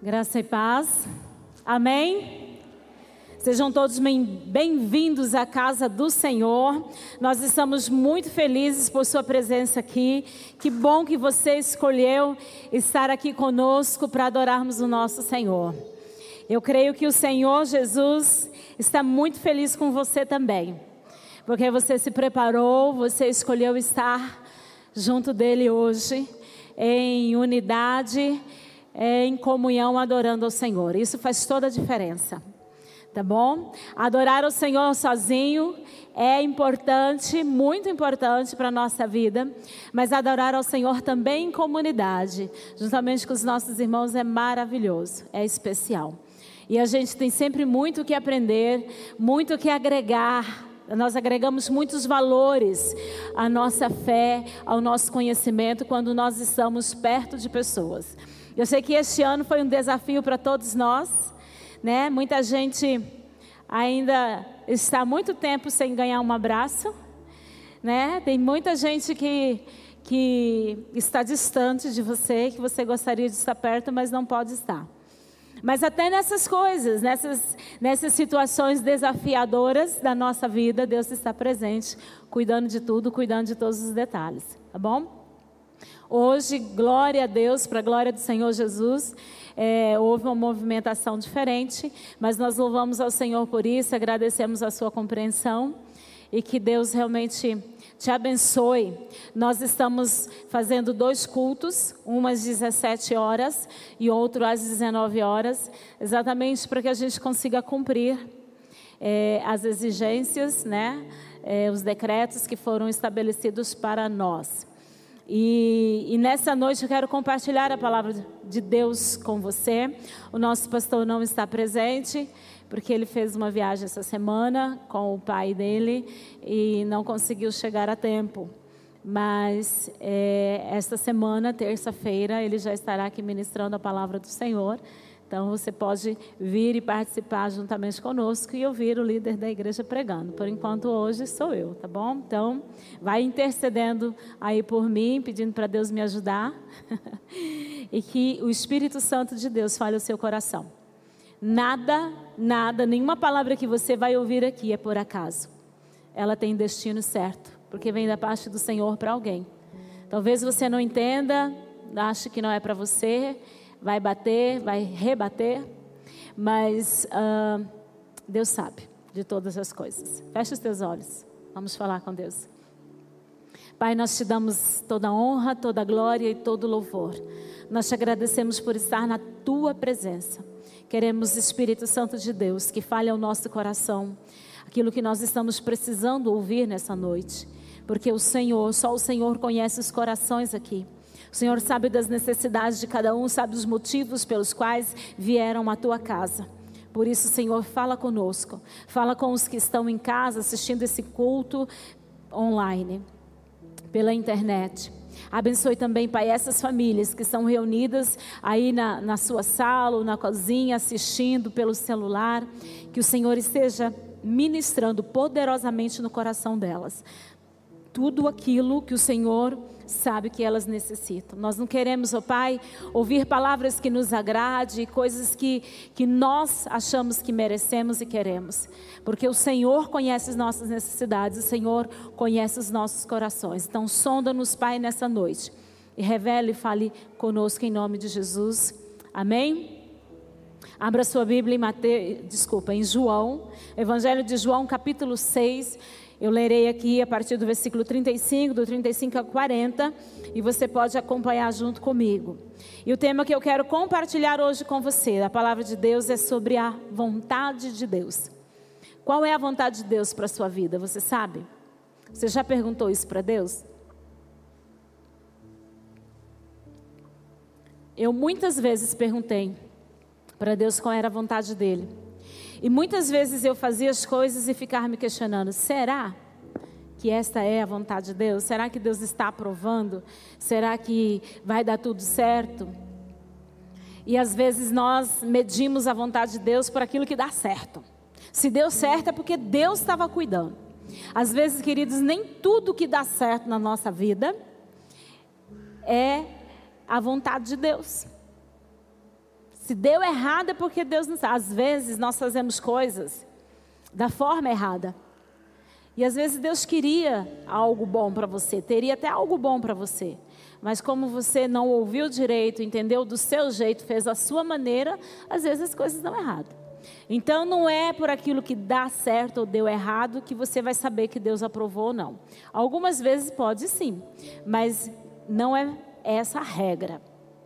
Graça e paz. Amém? Sejam todos bem-vindos à casa do Senhor. Nós estamos muito felizes por sua presença aqui. Que bom que você escolheu estar aqui conosco para adorarmos o nosso Senhor. Eu creio que o Senhor Jesus está muito feliz com você também, porque você se preparou, você escolheu estar junto dele hoje, em unidade, em comunhão, adorando ao Senhor. Isso faz toda a diferença, tá bom? Adorar o Senhor sozinho é importante, muito importante para a nossa vida, mas adorar ao Senhor também em comunidade, juntamente com os nossos irmãos, é maravilhoso, é especial. E a gente tem sempre muito o que aprender, muito o que agregar. Nós agregamos muitos valores à nossa fé, ao nosso conhecimento, quando nós estamos perto de pessoas. Eu sei que este ano foi um desafio para todos nós, né? Muita gente ainda está há muito tempo sem ganhar um abraço, né? Tem muita gente que está distante de você, que você gostaria de estar perto, mas não pode estar. Mas até nessas coisas, nessas situações desafiadoras da nossa vida, Deus está presente, cuidando de tudo, cuidando de todos os detalhes, tá bom? Hoje, glória a Deus, para a glória do Senhor Jesus, houve uma movimentação diferente, mas nós louvamos ao Senhor por isso, agradecemos a sua compreensão e que Deus realmente te abençoe. Nós estamos fazendo 2 cultos, um às 17 horas e outro às 19 horas, exatamente para que a gente consiga cumprir as exigências, né? Os decretos que foram estabelecidos para nós. E nessa noite eu quero compartilhar a palavra de Deus com você. O nosso pastor não está presente, porque ele fez uma viagem essa semana com o pai dele e não conseguiu chegar a tempo. Mas esta semana, terça-feira, ele já estará aqui ministrando a palavra do Senhor. Então você pode vir e participar juntamente conosco e ouvir o líder da igreja pregando. Por enquanto hoje sou eu, tá bom? Então vai intercedendo aí por mim, pedindo para Deus me ajudar. E que o Espírito Santo de Deus fale ao seu coração. Nada, nenhuma palavra que você vai ouvir aqui é por acaso. Ela tem destino certo, porque vem da parte do Senhor para alguém. Talvez você não entenda, ache que não é para você, vai bater, vai rebater, mas Deus sabe de todas as coisas. Fecha os teus olhos, vamos falar com Deus. Pai, nós te damos toda a honra, toda a glória e todo o louvor. Nós te agradecemos por estar na tua presença. Queremos, Espírito Santo de Deus, que fale ao nosso coração aquilo que nós estamos precisando ouvir nessa noite. Porque o Senhor, só o Senhor conhece os corações aqui. O Senhor sabe das necessidades de cada um, sabe os motivos pelos quais vieram à tua casa. Por isso, Senhor, fala conosco. Fala com os que estão em casa assistindo esse culto online, pela internet. Abençoe também, Pai, essas famílias que estão reunidas aí na sua sala ou na cozinha, assistindo pelo celular. Que o Senhor esteja ministrando poderosamente no coração delas tudo aquilo que o Senhor sabe que elas necessitam. Nós não queremos, ó Pai, ouvir palavras que nos agrade, coisas que nós achamos que merecemos e queremos. Porque o Senhor conhece as nossas necessidades, o Senhor conhece os nossos corações. Então sonda-nos, Pai, nessa noite. E revele e fale conosco em nome de Jesus. Amém? Abra sua Bíblia em João, Evangelho de João, capítulo 6. Eu lerei aqui a partir do versículo 35, do 35 a 40, e você pode acompanhar junto comigo. E o tema que eu quero compartilhar hoje com você, a palavra de Deus, é sobre a vontade de Deus. Qual é a vontade de Deus para a sua vida? Você sabe? Você já perguntou isso para Deus? Eu muitas vezes perguntei para Deus qual era a vontade dele. E muitas vezes eu fazia as coisas e ficava me questionando, será que esta é a vontade de Deus? Será que Deus está aprovando? Será que vai dar tudo certo? E às vezes nós medimos a vontade de Deus por aquilo que dá certo. Se deu certo é porque Deus estava cuidando. Às vezes, queridos, nem tudo que dá certo na nossa vida é a vontade de Deus. Se deu errado é porque Deus não sabe. Às vezes nós fazemos coisas da forma errada. E às vezes Deus queria algo bom para você, teria até algo bom para você. Mas como você não ouviu direito, entendeu do seu jeito, fez a sua maneira, às vezes as coisas dão errado. Então não é por aquilo que dá certo ou deu errado que você vai saber que Deus aprovou ou não. Algumas vezes pode sim, mas não é essa a regra.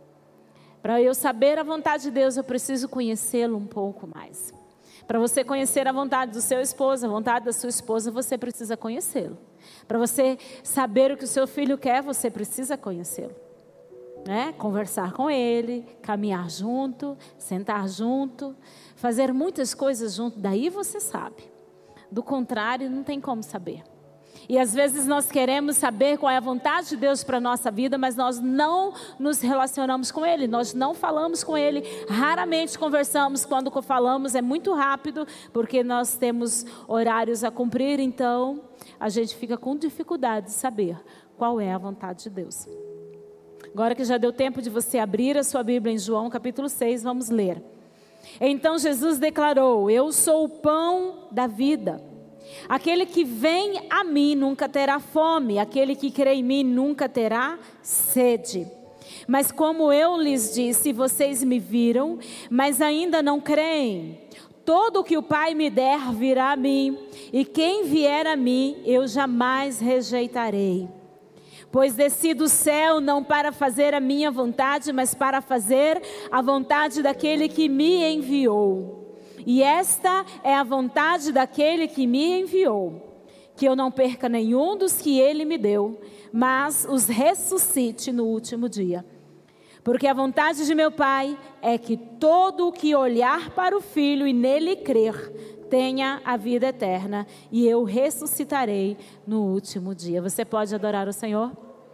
Para eu saber a vontade de Deus, eu preciso conhecê-lo um pouco mais. Para você conhecer a vontade do seu esposo, a vontade da sua esposa, você precisa conhecê-lo. Para você saber o que o seu filho quer, você precisa conhecê-lo. Né? Conversar com ele, caminhar junto, sentar junto, fazer muitas coisas junto, daí você sabe. Do contrário, não tem como saber. E às vezes nós queremos saber qual é a vontade de Deus para a nossa vida, mas nós não nos relacionamos com Ele, nós não falamos com Ele, raramente conversamos, quando falamos é muito rápido, porque nós temos horários a cumprir, então a gente fica com dificuldade de saber qual é a vontade de Deus. Agora que já deu tempo de você abrir a sua Bíblia em João capítulo 6, vamos ler. Então Jesus declarou: eu sou o pão da vida. Aquele que vem a mim nunca terá fome, aquele que crê em mim nunca terá sede. Mas como eu lhes disse, vocês me viram, mas ainda não creem. Todo o que o Pai me der virá a mim, e quem vier a mim eu jamais rejeitarei. Pois desci do céu não para fazer a minha vontade, mas para fazer a vontade daquele que me enviou. E esta é a vontade daquele que me enviou, que eu não perca nenhum dos que ele me deu, mas os ressuscite no último dia. Porque a vontade de meu Pai é que todo o que olhar para o Filho e nele crer, tenha a vida eterna, e eu ressuscitarei no último dia. Você pode adorar o Senhor?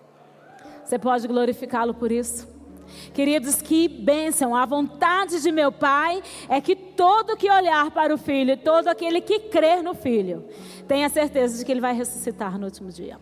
Você pode glorificá-lo por isso? Queridos, que bênção, a vontade de meu Pai é que todo que olhar para o Filho, todo aquele que crer no Filho, tenha certeza de que Ele vai ressuscitar no último dia.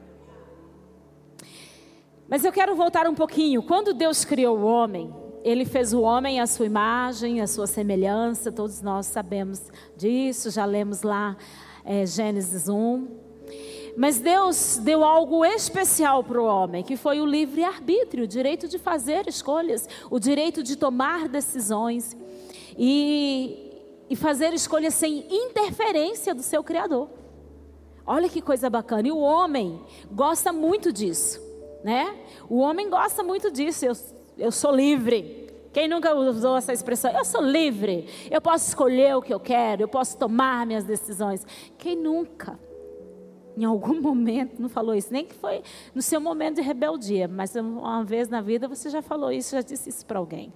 Mas eu quero voltar um pouquinho. Quando Deus criou o homem, Ele fez o homem à sua imagem, à sua semelhança, todos nós sabemos disso, já lemos lá Gênesis 1. Mas Deus deu algo especial para o homem, que foi o livre-arbítrio, o direito de fazer escolhas, o direito de tomar decisões e fazer escolhas sem interferência do seu Criador. Olha que coisa bacana, e o homem gosta muito disso, né? O homem gosta muito disso, eu sou livre. Quem nunca usou essa expressão? Eu sou livre, eu posso escolher o que eu quero, eu posso tomar minhas decisões. Quem nunca? Em algum momento não falou isso, nem que foi no seu momento de rebeldia, mas uma vez na vida você já falou isso, já disse isso para alguém.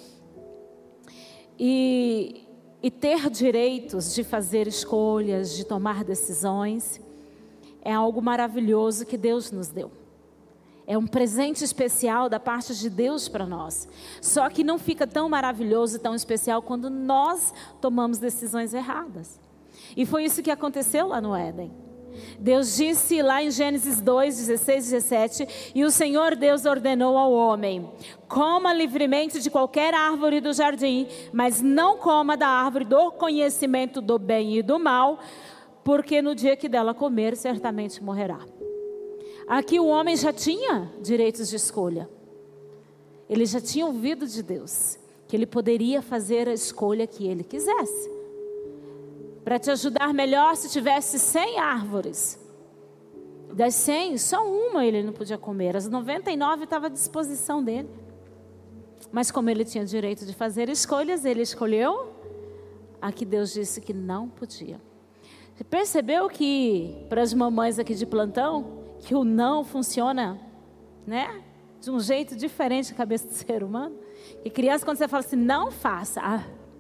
E ter direitos de fazer escolhas, de tomar decisões, é algo maravilhoso que Deus nos deu. É um presente especial da parte de Deus para nós. Só que não fica tão maravilhoso, tão especial quando nós tomamos decisões erradas. E foi isso que aconteceu lá no Éden. Deus disse lá em Gênesis 2, 16 e 17, e o Senhor Deus ordenou ao homem: coma livremente de qualquer árvore do jardim, mas não coma da árvore do conhecimento do bem e do mal, porque no dia que dela comer, certamente morrerá. Aqui o homem já tinha direitos de escolha. Ele já tinha ouvido de Deus, que ele poderia fazer a escolha que ele quisesse. Para te ajudar melhor, se tivesse 100 árvores, das 100, só uma ele não podia comer, as 99 estavam à disposição dele. Mas como ele tinha direito de fazer escolhas, ele escolheu a que Deus disse que não podia. Você percebeu que, para as mamães aqui de plantão, que o não funciona, né? De um jeito diferente da cabeça do ser humano? E criança, quando você fala assim, não faça,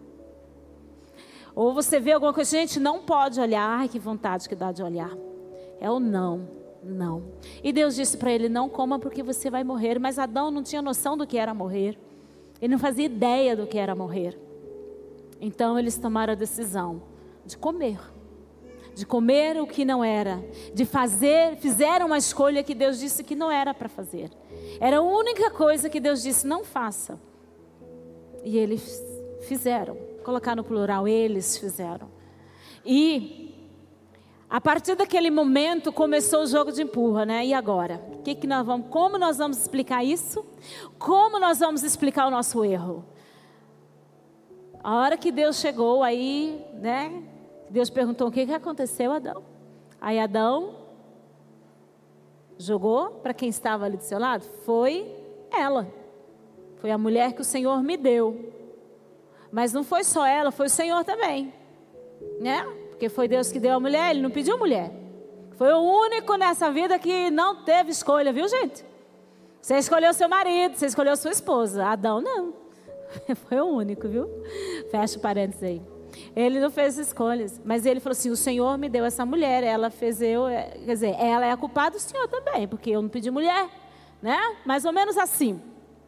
ou você vê alguma coisa, gente, não pode olhar. Ai, que vontade que dá de olhar. É o não, não. E Deus disse para ele, não coma porque você vai morrer. Mas Adão não tinha noção do que era morrer. Ele não fazia ideia do que era morrer. Então eles tomaram a decisão de comer. De comer o que não era. Fizeram uma escolha que Deus disse que não era para fazer. Era a única coisa que Deus disse, não faça. E eles fizeram. Colocar no plural, eles fizeram. E a partir daquele momento começou o jogo de empurra, né? E agora? Como nós vamos explicar isso? Como nós vamos explicar o nosso erro? A hora que Deus chegou aí, né? Deus perguntou: o que aconteceu, Adão? Aí Adão jogou para quem estava ali do seu lado. Foi ela. Foi a mulher que o Senhor me deu. Mas não foi só ela, foi o Senhor também, né? Porque foi Deus que deu a mulher, Ele não pediu mulher. Foi o único nessa vida que não teve escolha, viu, gente? Você escolheu seu marido, você escolheu sua esposa. Adão não. Foi o único, viu? Fecha o parênteses aí. Ele não fez escolhas, mas ele falou assim: o Senhor me deu essa mulher, ela fez quer dizer, ela é a culpada do Senhor também, porque eu não pedi mulher, né? Mais ou menos assim.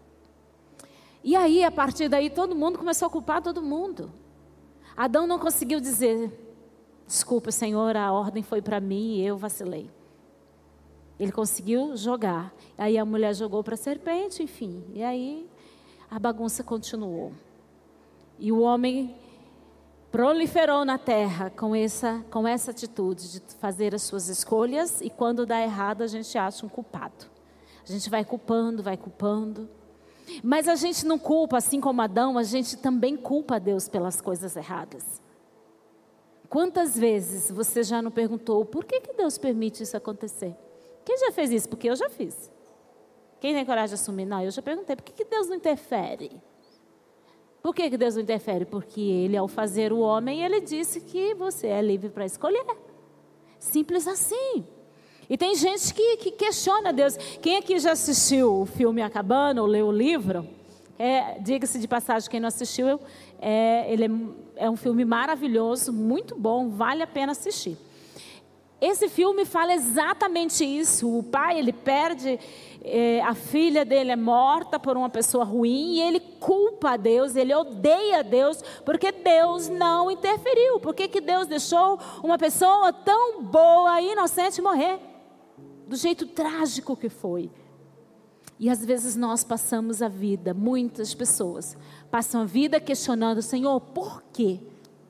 E aí, a partir daí, todo mundo começou a culpar todo mundo. Adão não conseguiu dizer: desculpa, Senhor, a ordem foi para mim e eu vacilei. Ele conseguiu jogar. Aí a mulher jogou para a serpente, enfim. E aí a bagunça continuou. E o homem proliferou na terra com essa atitude de fazer as suas escolhas. E quando dá errado, a gente acha um culpado. A gente vai culpando, vai culpando. Mas a gente não culpa, assim como Adão, a gente também culpa a Deus pelas coisas erradas. Quantas vezes você já não perguntou: por que Deus permite isso acontecer? Quem já fez isso? Porque eu já fiz. Quem tem coragem de assumir? Não, eu já perguntei: por que Deus não interfere? Por que Deus não interfere? Porque Ele, ao fazer o homem, Ele disse que você é livre para escolher. Simples assim. E tem gente que questiona Deus. Quem aqui já assistiu o filme A Cabana ou leu o livro? Diga-se de passagem, quem não assistiu, ele é um filme maravilhoso, muito bom, vale a pena assistir. Esse filme fala exatamente isso. O pai, ele perde, a filha dele é morta por uma pessoa ruim e ele culpa a Deus, ele odeia a Deus porque Deus não interferiu. Por que Deus deixou uma pessoa tão boa e inocente morrer? Do jeito trágico que foi. E às vezes nós passamos a vida, muitas pessoas passam a vida questionando: Senhor, por quê?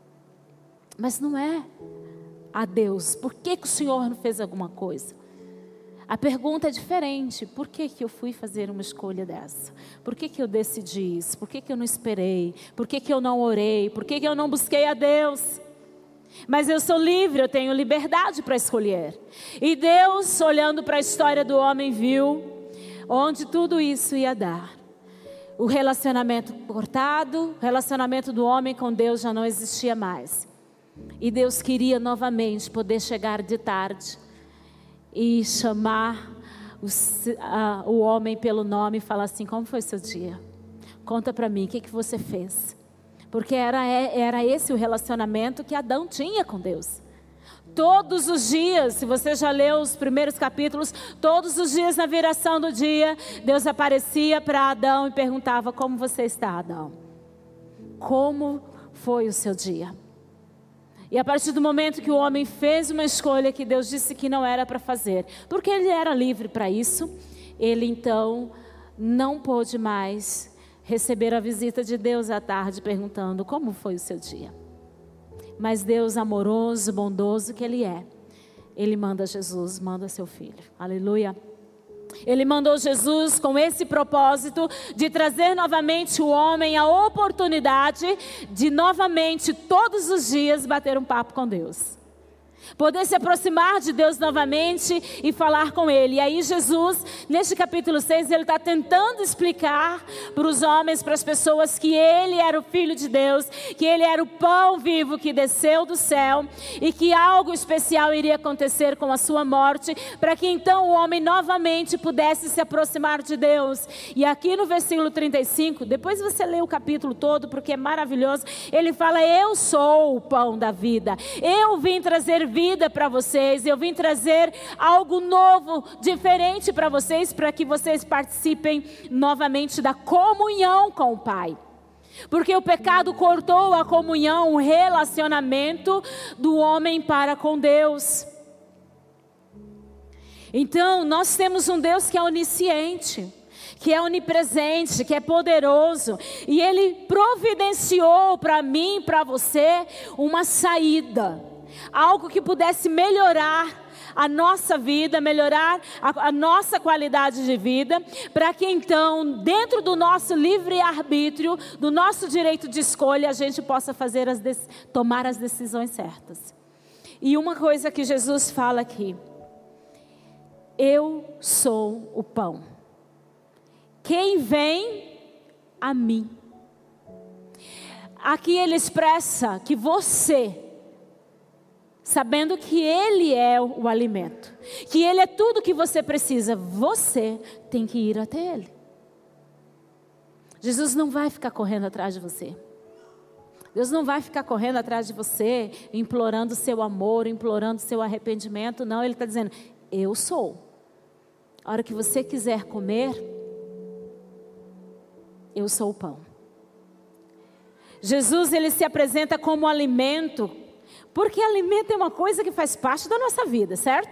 Mas não é a Deus, por que o Senhor não fez alguma coisa? A pergunta é diferente: por que eu fui fazer uma escolha dessa? Por que eu decidi isso? Por que eu não esperei? Por que eu não orei? Por que eu não busquei a Deus? Mas eu sou livre, eu tenho liberdade para escolher. E Deus, olhando para a história do homem, viu onde tudo isso ia dar. O relacionamento cortado, o relacionamento do homem com Deus já não existia mais. E Deus queria novamente poder chegar de tarde e chamar o homem pelo nome e falar assim: como foi seu dia? Conta para mim, o que você fez? Porque era esse o relacionamento que Adão tinha com Deus. Todos os dias, se você já leu os primeiros capítulos, todos os dias na viração do dia, Deus aparecia para Adão e perguntava: como você está, Adão? Como foi o seu dia? E a partir do momento que o homem fez uma escolha que Deus disse que não era para fazer, porque ele era livre para isso, ele então não pôde mais receber a visita de Deus à tarde perguntando: como foi o seu dia? Mas Deus amoroso, bondoso que Ele é, Ele manda Jesus, manda seu filho. Aleluia. Ele mandou Jesus com esse propósito de trazer novamente o homem a oportunidade de novamente, todos os dias, bater um papo com Deus. Poder se aproximar de Deus novamente e falar com Ele. E aí Jesus, neste capítulo 6, Ele está tentando explicar para os homens, para as pessoas, que Ele era o Filho de Deus, que Ele era o pão vivo que desceu do céu e que algo especial iria acontecer com a sua morte, para que então o homem novamente pudesse se aproximar de Deus. E aqui no versículo 35, depois você lê o capítulo todo, porque é maravilhoso, Ele fala: eu sou o pão da vida, eu vim trazer vida para vocês, eu vim trazer algo novo, diferente para vocês, para que vocês participem novamente da comunhão com o Pai. Porque o pecado cortou a comunhão, o relacionamento do homem para com Deus. Então nós temos um Deus que é onisciente, que é onipresente, que é poderoso. E Ele providenciou para mim, para você, uma saída. Algo que pudesse melhorar a nossa vida, melhorar a nossa qualidade de vida, para que então, dentro do nosso livre-arbítrio, do nosso direito de escolha, a gente possa tomar as decisões certas. E uma coisa que Jesus fala aqui: eu sou o pão. Quem vem a mim. Aqui Ele expressa que você, sabendo que Ele é o alimento, que Ele é tudo que você precisa, você tem que ir até Ele. Jesus não vai ficar correndo atrás de você. Deus não vai ficar correndo atrás de você, implorando seu amor, implorando seu arrependimento. Não, Ele está dizendo: eu sou. A hora que você quiser comer, eu sou o pão. Jesus, Ele se apresenta como alimento, porque alimento é uma coisa que faz parte da nossa vida, certo?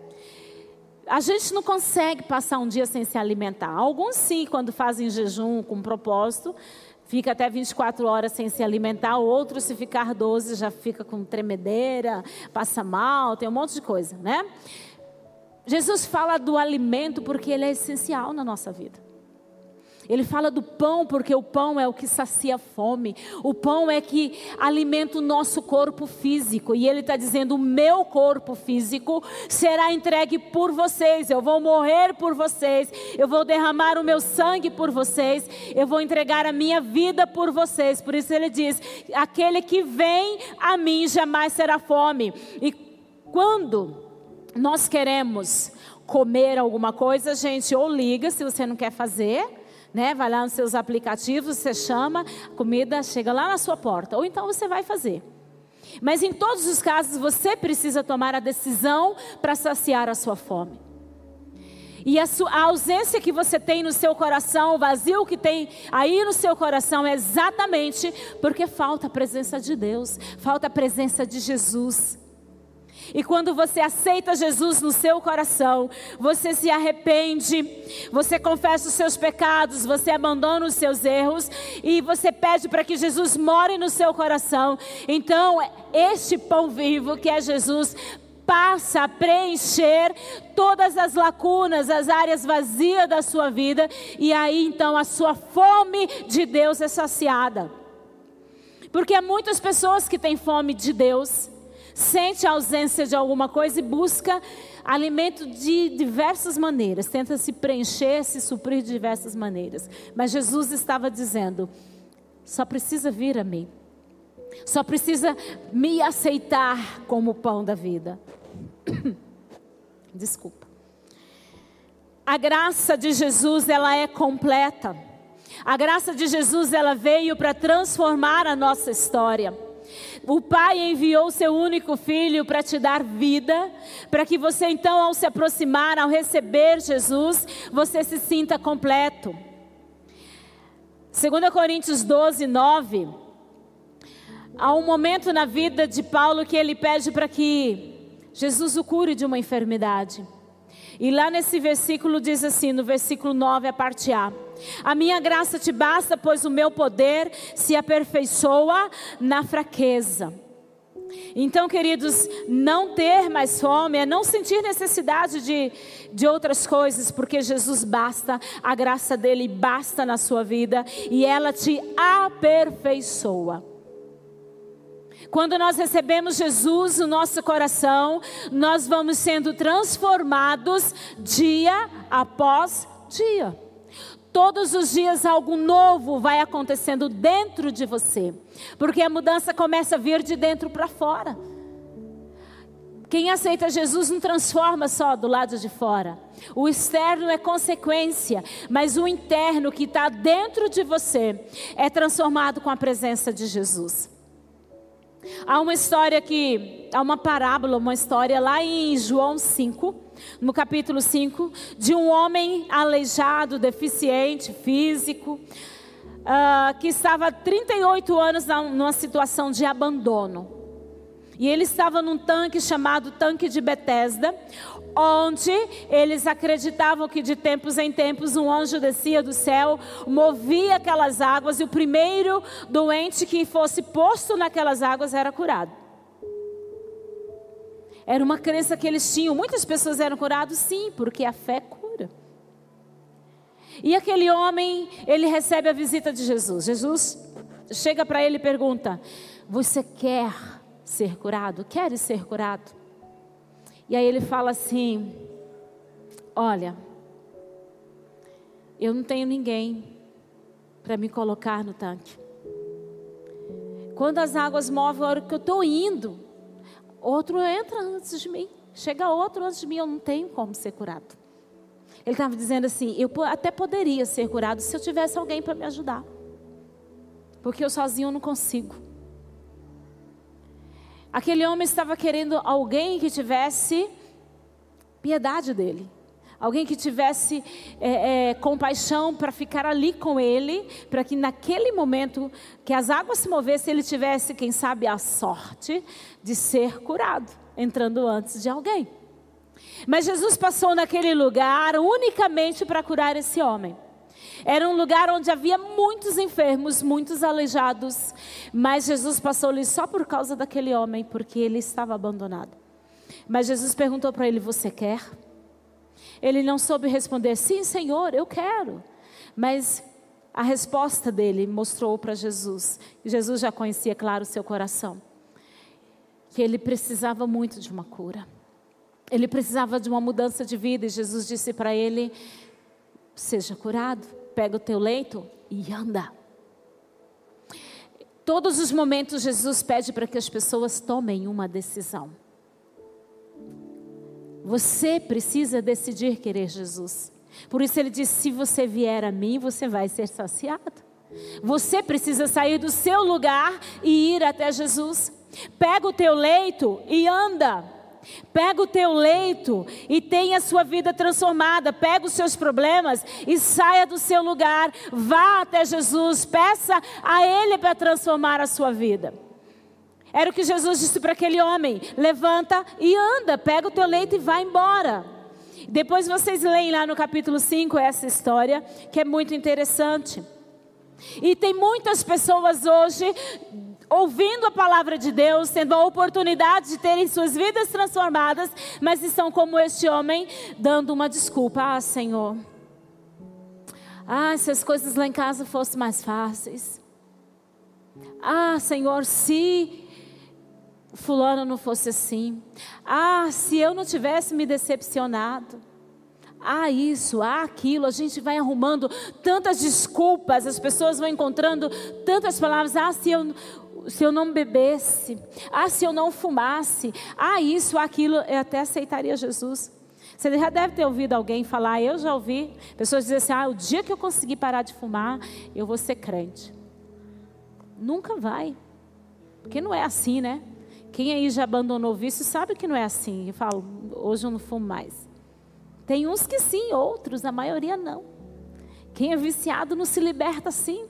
A gente não consegue passar um dia sem se alimentar. Alguns sim, quando fazem jejum com propósito, fica até 24 horas sem se alimentar. Outros, se ficar 12, já fica com tremedeira, passa mal, tem um monte de coisa, né? Jesus fala do alimento porque ele é essencial na nossa vida. Ele fala do pão porque o pão é o que sacia a fome. O pão é que alimenta o nosso corpo físico. E Ele está dizendo: o meu corpo físico será entregue por vocês. Eu vou morrer por vocês. Eu vou derramar o meu sangue por vocês. Eu vou entregar a minha vida por vocês. Por isso Ele diz: aquele que vem a mim jamais será fome. E quando nós queremos comer alguma coisa, gente, ou liga se você não quer fazer, né? Vai lá nos seus aplicativos, você chama, a comida chega lá na sua porta, ou então você vai fazer. Mas em todos os casos você precisa tomar a decisão para saciar a sua fome. E a ausência que você tem no seu coração, o vazio que tem aí no seu coração, é exatamente porque falta a presença de Deus, falta a presença de Jesus. E quando você aceita Jesus no seu coração, você se arrepende, você confessa os seus pecados, você abandona os seus erros e você pede para que Jesus more no seu coração. Então, este pão vivo que é Jesus passa a preencher todas as lacunas, as áreas vazias da sua vida, e aí então a sua fome de Deus é saciada. Porque há muitas pessoas que têm fome de Deus, sente a ausência de alguma coisa e busca alimento de diversas maneiras, tenta se preencher, se suprir de diversas maneiras. Mas Jesus estava dizendo: só precisa vir a mim, só precisa me aceitar como o pão da vida. Desculpa. A graça de Jesus, ela é completa. A graça de Jesus, ela veio para transformar a nossa história. O Pai enviou o seu único Filho para te dar vida, para que você então, ao se aproximar, ao receber Jesus, você se sinta completo. 2 Coríntios 12, 9, há um momento na vida de Paulo que ele pede para que Jesus o cure de uma enfermidade. E lá nesse versículo diz assim, no versículo 9, a parte A: a minha graça te basta, pois o meu poder se aperfeiçoa na fraqueza. Então, queridos, não ter mais fome é não sentir necessidade de outras coisas, porque Jesus basta, a graça dele basta na sua vida e ela te aperfeiçoa. Quando nós recebemos Jesus no nosso coração, nós vamos sendo transformados dia após dia. Todos os dias algo novo vai acontecendo dentro de você, porque a mudança começa a vir de dentro para fora. Quem aceita Jesus não transforma só do lado de fora. O externo é consequência, mas o interno que está dentro de você é transformado com a presença de Jesus. Há uma história há uma parábola, uma história lá em João 5, no capítulo 5, de um homem aleijado, deficiente, físico, que estava há 38 anos numa situação de abandono. E ele estava num tanque chamado Tanque de Betesda, onde eles acreditavam que de tempos em tempos um anjo descia do céu, movia aquelas águas e o primeiro doente que fosse posto naquelas águas era curado. Era uma crença que eles tinham. Muitas pessoas eram curadas, sim, porque a fé cura. E aquele homem, ele recebe a visita de Jesus. Jesus chega para ele e pergunta: você quer ser curado? Queres ser curado? E aí ele fala assim: olha, eu não tenho ninguém para me colocar no tanque. Quando as águas movem, a hora que eu estou indo, outro entra antes de mim. Chega outro antes de mim, eu não tenho como ser curado. Ele estava dizendo assim: eu até poderia ser curado se eu tivesse alguém para me ajudar, porque eu sozinho não consigo. Aquele homem estava querendo alguém que tivesse piedade dele. Alguém que tivesse compaixão para ficar ali com ele. Para que naquele momento que as águas se movessem, ele tivesse, quem sabe, a sorte de ser curado. Entrando antes de alguém. Mas Jesus passou naquele lugar unicamente para curar esse homem. Era um lugar onde havia muitos enfermos, muitos aleijados. Mas Jesus passou ali só por causa daquele homem, porque ele estava abandonado. Mas Jesus perguntou para ele: você quer? Ele não soube responder: sim, Senhor, eu quero. Mas a resposta dele mostrou para Jesus. Jesus já conhecia, claro, o seu coração. Que ele precisava muito de uma cura. Ele precisava de uma mudança de vida. E Jesus disse para ele: seja curado. Pega o teu leito e anda. Todos os momentos Jesus pede para que as pessoas tomem uma decisão. Você precisa decidir querer Jesus. Por isso ele diz: se você vier a mim, você vai ser saciado. Você precisa sair do seu lugar e ir até Jesus. Pega o teu leito e anda. Pega o teu leito e tenha a sua vida transformada. Pega os seus problemas e saia do seu lugar. Vá até Jesus, peça a Ele para transformar a sua vida. Era o que Jesus disse para aquele homem: levanta e anda, pega o teu leito e vai embora. Depois vocês leem lá no capítulo 5 essa história, que é muito interessante. E tem muitas pessoas hoje ouvindo a palavra de Deus, tendo a oportunidade de terem suas vidas transformadas, mas estão como este homem, dando uma desculpa: ah, Senhor, se as coisas lá em casa fossem mais fáceis. Ah, Senhor, se fulano não fosse assim. Se eu não tivesse me decepcionado. Isso, aquilo. A gente vai arrumando tantas desculpas, as pessoas vão encontrando tantas palavras. Se eu não bebesse, se eu não fumasse, isso, aquilo, eu até aceitaria Jesus. Você já deve ter ouvido alguém falar, eu já ouvi pessoas dizer assim: o dia que eu conseguir parar de fumar, eu vou ser crente. Nunca vai, porque não é assim, né? Quem aí já abandonou o vício sabe que não é assim. Eu falo: hoje eu não fumo mais. Tem uns que sim, outros, a maioria não. Quem é viciado não se liberta assim.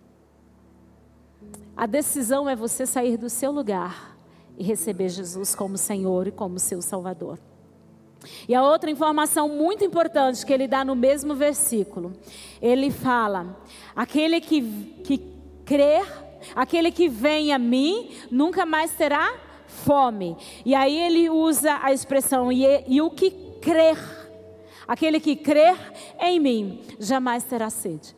A decisão é você sair do seu lugar e receber Jesus como Senhor e como seu Salvador. E a outra informação muito importante que ele dá no mesmo versículo, ele fala: aquele que crer, aquele que vem a mim, nunca mais terá fome. E aí ele usa a expressão: e o que crer, aquele que crer em mim, jamais terá sede.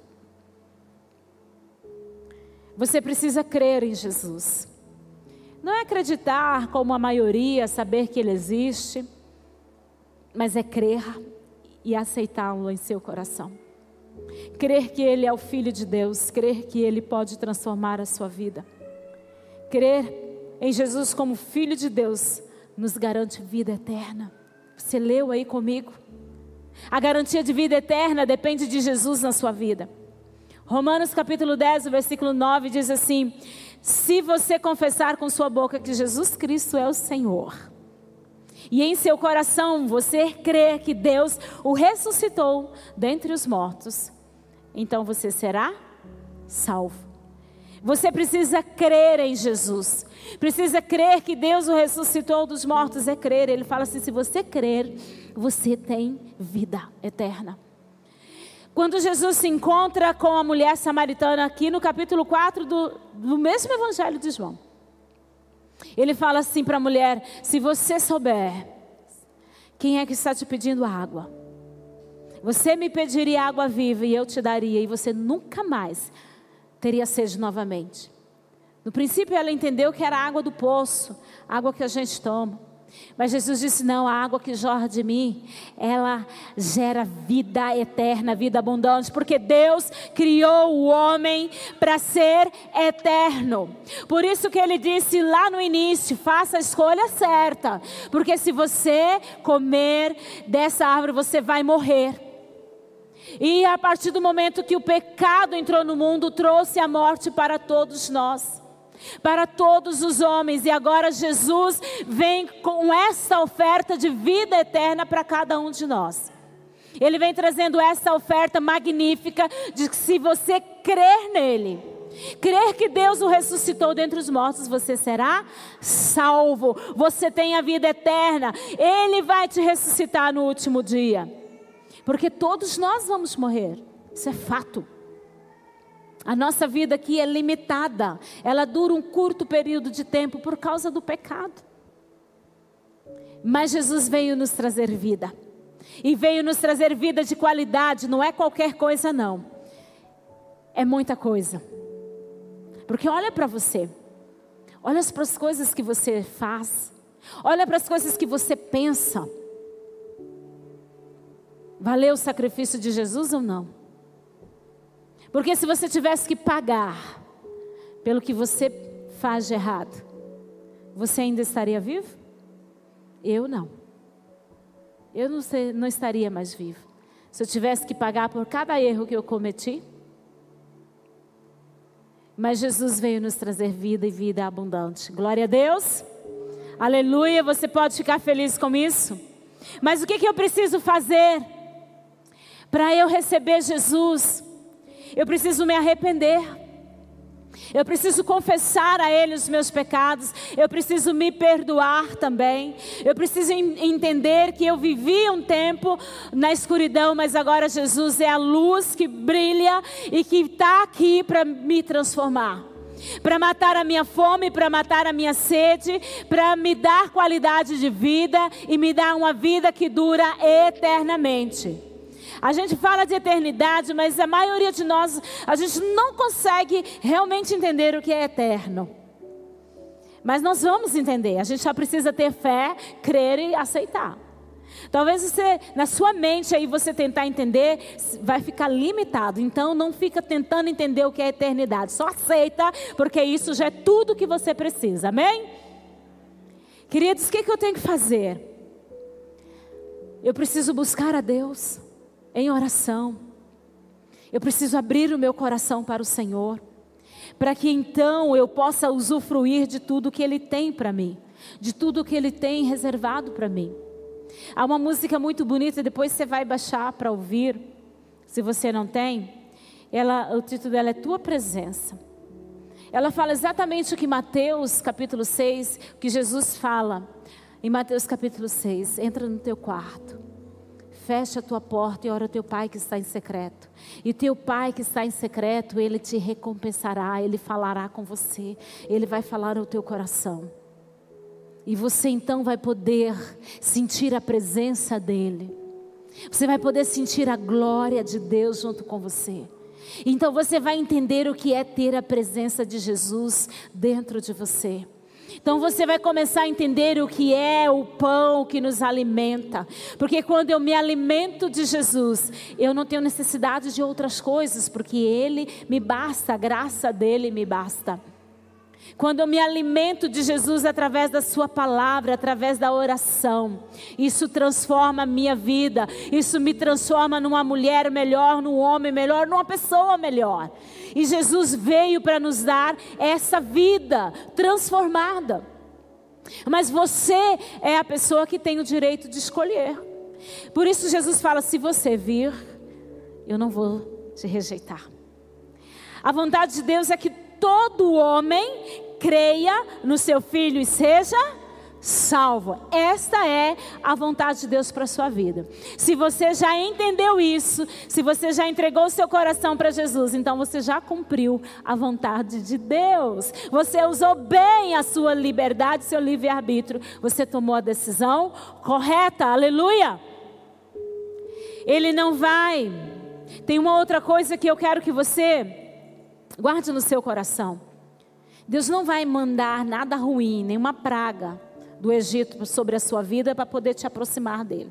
Você precisa crer em Jesus. Não é acreditar como a maioria, saber que Ele existe, mas é crer e aceitá-lo em seu coração. Crer que Ele é o Filho de Deus, crer que Ele pode transformar a sua vida. Crer em Jesus como Filho de Deus nos garante vida eterna. Você leu aí comigo? A garantia de vida eterna depende de Jesus na sua vida. Romanos capítulo 10, versículo 9 diz assim: se você confessar com sua boca que Jesus Cristo é o Senhor, e em seu coração você crer que Deus o ressuscitou dentre os mortos, então você será salvo. Você precisa crer em Jesus. Precisa crer que Deus o ressuscitou dos mortos. É crer. Ele fala assim, se você crer, você tem vida eterna. Quando Jesus se encontra com a mulher samaritana aqui no capítulo 4 do mesmo evangelho de João. Ele fala assim para a mulher, se você souber quem é que está te pedindo água, você me pediria água viva e eu te daria, e você nunca mais teria sede novamente. No princípio ela entendeu que era a água do poço, água que a gente toma. Mas Jesus disse, não, a água que jorra de mim, ela gera vida eterna, vida abundante, porque Deus criou o homem para ser eterno. Por isso que ele disse lá no início, faça a escolha certa, porque se você comer dessa árvore, você vai morrer. E a partir do momento que o pecado entrou no mundo, trouxe a morte para todos nós. Para todos os homens, e agora Jesus vem com essa oferta de vida eterna para cada um de nós. Ele vem trazendo essa oferta magnífica de que se você crer nele, crer que Deus o ressuscitou dentre os mortos, você será salvo, você tem a vida eterna, Ele vai te ressuscitar no último dia, porque todos nós vamos morrer, isso é fato. A nossa vida aqui é limitada, ela dura um curto período de tempo por causa do pecado. Mas Jesus veio nos trazer vida, e veio nos trazer vida de qualidade, não é qualquer coisa não, é muita coisa. Porque olha para você, olha para as coisas que você faz, olha para as coisas que você pensa. Valeu o sacrifício de Jesus ou não? Porque se você tivesse que pagar pelo que você faz de errado, você ainda estaria vivo? Eu não. Eu não estaria mais vivo. Se eu tivesse que pagar por cada erro que eu cometi. Mas Jesus veio nos trazer vida e vida abundante. Glória a Deus. Aleluia, você pode ficar feliz com isso. Mas o que eu preciso fazer para eu receber Jesus? Eu preciso me arrepender, eu preciso confessar a Ele os meus pecados, eu preciso me perdoar também, eu preciso entender que eu vivi um tempo na escuridão, mas agora Jesus é a luz que brilha e que está aqui para me transformar, para matar a minha fome, para matar a minha sede, para me dar qualidade de vida e me dar uma vida que dura eternamente. A gente fala de eternidade, mas a maioria de nós, a gente não consegue realmente entender o que é eterno. Mas nós vamos entender, a gente só precisa ter fé, crer e aceitar. Talvez você, na sua mente aí você tentar entender, vai ficar limitado. Então não fica tentando entender o que é eternidade, só aceita, porque isso já é tudo que você precisa, amém? Queridos, o que eu tenho que fazer? Eu preciso buscar a Deus em oração. Eu preciso abrir o meu coração para o Senhor, para que então eu possa usufruir de tudo que Ele tem para mim, de tudo que Ele tem reservado para mim. Há uma música muito bonita, depois você vai baixar para ouvir, se você não tem. O título dela é Tua Presença. Ela fala exatamente o que Mateus capítulo 6, o que Jesus fala em Mateus capítulo 6, entra no teu quarto, fecha a tua porta e ora ao teu pai que está em secreto. E teu pai que está em secreto, ele te recompensará, ele falará com você, ele vai falar ao teu coração. E você então vai poder sentir a presença dele. Você vai poder sentir a glória de Deus junto com você. Então você vai entender o que é ter a presença de Jesus dentro de você. Então você vai começar a entender o que é o pão que nos alimenta. Porque quando eu me alimento de Jesus, eu não tenho necessidade de outras coisas, porque Ele me basta, a graça dEle me basta. Quando eu me alimento de Jesus através da sua palavra, através da oração, isso transforma a minha vida, isso me transforma numa mulher melhor, num homem melhor, numa pessoa melhor. E Jesus veio para nos dar essa vida transformada. Mas você é a pessoa que tem o direito de escolher. Por isso Jesus fala, se você vir, eu não vou te rejeitar. A vontade de Deus é que todo homem creia no seu Filho e seja salvo. Esta é a vontade de Deus para a sua vida. Se você já entendeu isso, se você já entregou o seu coração para Jesus, então você já cumpriu a vontade de Deus. Você usou bem a sua liberdade, seu livre-arbítrio. Você tomou a decisão correta. Aleluia! Ele não vai. Tem uma outra coisa que eu quero que você guarde no seu coração. Deus não vai mandar nada ruim, nenhuma praga do Egito sobre a sua vida para poder te aproximar dele.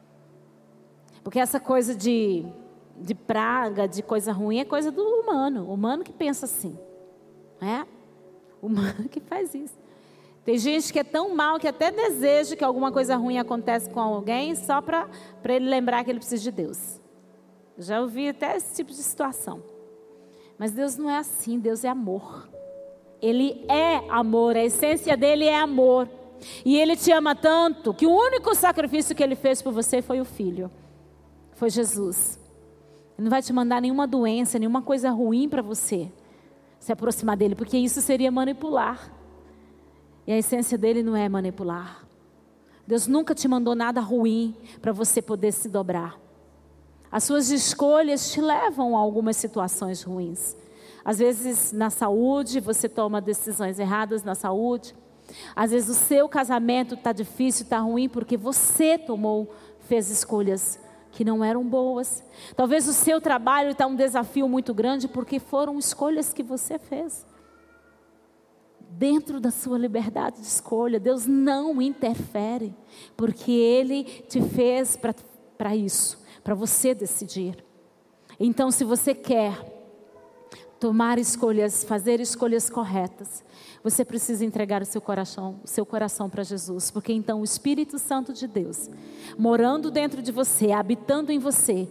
Porque essa coisa de praga, de coisa ruim, é coisa do humano. O humano que pensa assim. É? O humano que faz isso. Tem gente que é tão mal que até deseja que alguma coisa ruim aconteça com alguém só para ele lembrar que ele precisa de Deus. Eu já ouvi até esse tipo de situação. Mas Deus não é assim, Deus é amor. Ele é amor, a essência dele é amor. E Ele te ama tanto que o único sacrifício que Ele fez por você foi o Filho. Foi Jesus. Ele não vai te mandar nenhuma doença, nenhuma coisa ruim para você se aproximar dEle, porque isso seria manipular. E a essência dEle não é manipular. Deus nunca te mandou nada ruim para você poder se dobrar. As suas escolhas te levam a algumas situações ruins. Às vezes na saúde, você toma decisões erradas na saúde. Às vezes o seu casamento está difícil, está ruim, porque você fez escolhas que não eram boas. Talvez o seu trabalho está um desafio muito grande, porque foram escolhas que você fez. Dentro da sua liberdade de escolha, Deus não interfere, porque Ele te fez para isso, para você decidir. Então, se você quer tomar escolhas, fazer escolhas corretas, você precisa entregar o seu coração para Jesus, porque então o Espírito Santo de Deus, morando dentro de você, habitando em você,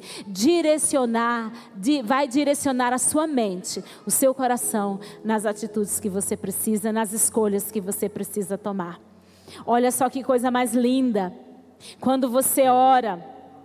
vai direcionar a sua mente, o seu coração, nas atitudes que você precisa, nas escolhas que você precisa tomar. Olha só que coisa mais linda, quando você ora,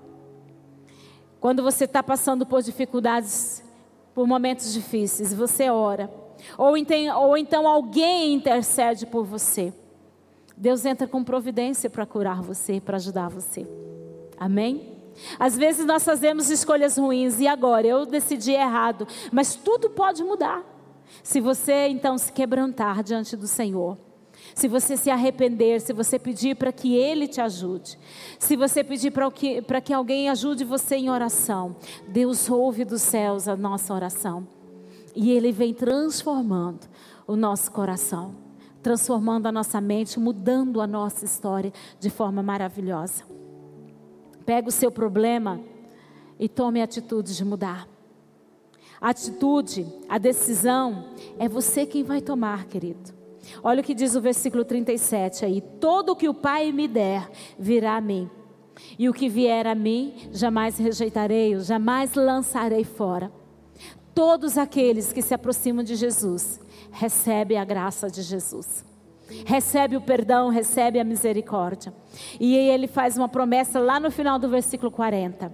quando você está passando por dificuldades, por momentos difíceis, você ora, ou então alguém intercede por você, Deus entra com providência para curar você, para ajudar você. Amém? Às vezes nós fazemos escolhas ruins, e agora eu decidi errado, mas tudo pode mudar, se você então se quebrantar diante do Senhor, se você se arrepender, se você pedir para que Ele te ajude, se você pedir para que alguém ajude você em oração, Deus ouve dos céus a nossa oração, e Ele vem transformando o nosso coração, transformando a nossa mente, mudando a nossa história de forma maravilhosa. Pega o seu problema e tome a atitude de mudar. A atitude, a decisão, é você quem vai tomar, querido. Olha o que diz o versículo 37 aí. Todo o que o Pai me der, virá a mim. E o que vier a mim, jamais rejeitarei, jamais lançarei fora. Todos aqueles que se aproximam de Jesus, recebem a graça de Jesus. Recebe o perdão, recebe a misericórdia. E ele faz uma promessa lá no final do versículo 40.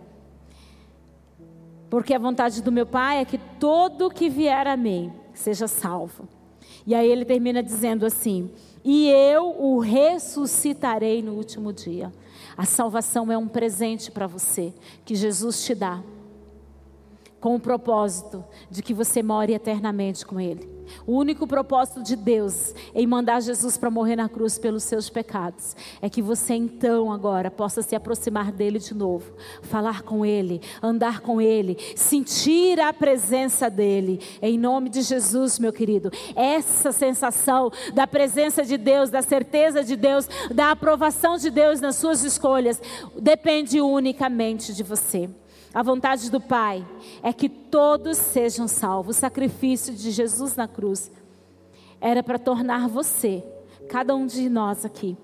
Porque a vontade do meu Pai é que todo que vier a mim seja salvo. E aí ele termina dizendo assim: e eu o ressuscitarei no último dia. A salvação é um presente para você, que Jesus te dá, com o propósito de que você more eternamente com Ele. O único propósito de Deus em mandar Jesus para morrer na cruz pelos seus pecados é que você então agora possa se aproximar dEle de novo, falar com Ele, andar com Ele, sentir a presença dEle, em nome de Jesus, meu querido. Essa sensação da presença de Deus, da certeza de Deus, da aprovação de Deus nas suas escolhas, depende unicamente de você. A vontade do Pai é que todos sejam salvos. O sacrifício de Jesus na cruz era para tornar você, cada um de nós aqui,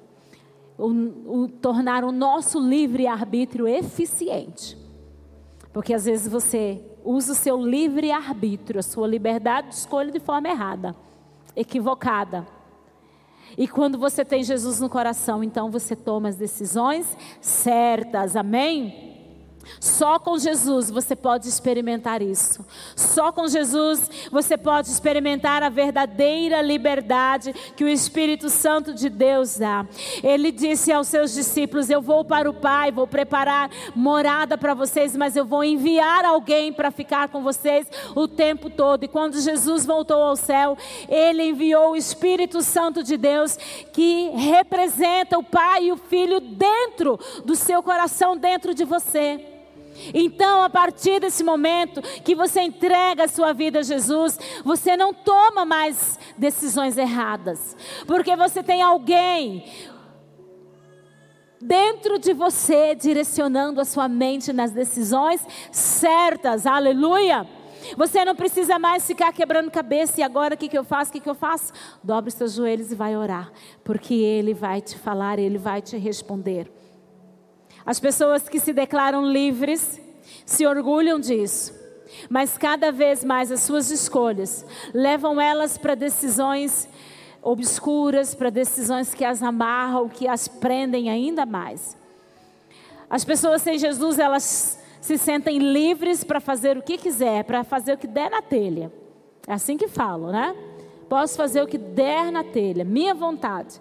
tornar o nosso livre-arbítrio eficiente. Porque às vezes você usa o seu livre-arbítrio, a sua liberdade de escolha de forma errada, equivocada. E quando você tem Jesus no coração, então você toma as decisões certas, amém? Só com Jesus você pode experimentar isso. Só com Jesus você pode experimentar a verdadeira liberdade que o Espírito Santo de Deus dá. Ele disse aos seus discípulos: eu vou para o Pai, vou preparar morada para vocês, mas eu vou enviar alguém para ficar com vocês o tempo todo. E quando Jesus voltou ao céu, Ele enviou o Espírito Santo de Deus, que representa o Pai e o Filho dentro do seu coração, dentro de você. Então, a partir desse momento que você entrega a sua vida a Jesus, você não toma mais decisões erradas, porque você tem alguém dentro de você direcionando a sua mente nas decisões certas. Aleluia! Você não precisa mais ficar quebrando cabeça. E agora o que eu faço? O que eu faço? Dobre os seus joelhos e vai orar, porque Ele vai te falar, Ele vai te responder. As pessoas que se declaram livres se orgulham disso, mas cada vez mais as suas escolhas levam elas para decisões obscuras, para decisões que as amarram, que as prendem ainda mais. As pessoas sem Jesus, elas se sentem livres para fazer o que quiser, para fazer o que der na telha. É assim que falam, né? Posso fazer o que der na telha, minha vontade.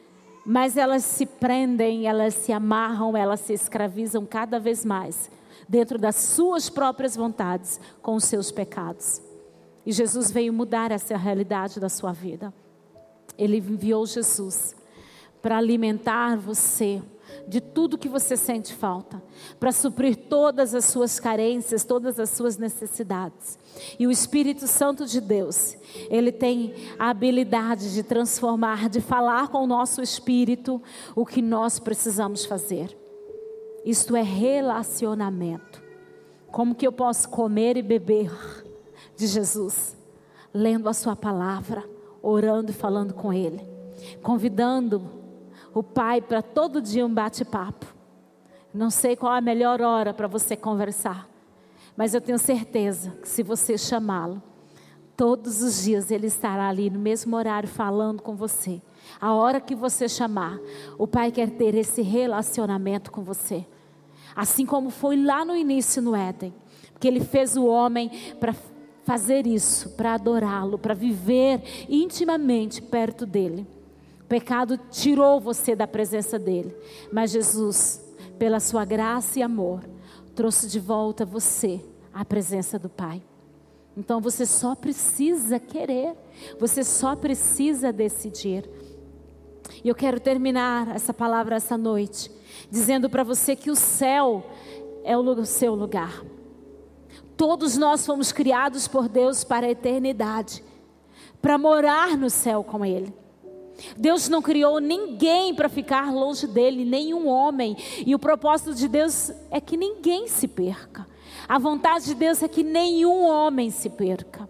Mas elas se prendem, elas se amarram, elas se escravizam cada vez mais dentro das suas próprias vontades, com os seus pecados. E Jesus veio mudar essa realidade da sua vida. Ele enviou Jesus para alimentar você de tudo que você sente falta, para suprir todas as suas carências, todas as suas necessidades. E o Espírito Santo de Deus, Ele tem a habilidade de transformar, de falar com o nosso espírito o que nós precisamos fazer. Isto é relacionamento. Como que eu posso comer e beber de Jesus? Lendo a sua palavra, orando e falando com Ele, convidando o Pai para todo dia um bate-papo. Não sei qual é a melhor hora para você conversar, mas eu tenho certeza que se você chamá-lo, todos os dias Ele estará ali no mesmo horário falando com você. A hora que você chamar, o Pai quer ter esse relacionamento com você. Assim como foi lá no início no Éden, porque Ele fez o homem para fazer isso, para adorá-lo, para viver intimamente perto dEle. O pecado tirou você da presença dEle, mas Jesus, pela sua graça e amor, trouxe de volta você à presença do Pai. Então você só precisa querer, você só precisa decidir. E eu quero terminar essa palavra essa noite, dizendo para você que o céu é o seu lugar. Todos nós fomos criados por Deus para a eternidade, para morar no céu com Ele. Deus não criou ninguém para ficar longe dEle, nenhum homem. E o propósito de Deus é que ninguém se perca. A vontade de Deus é que nenhum homem se perca.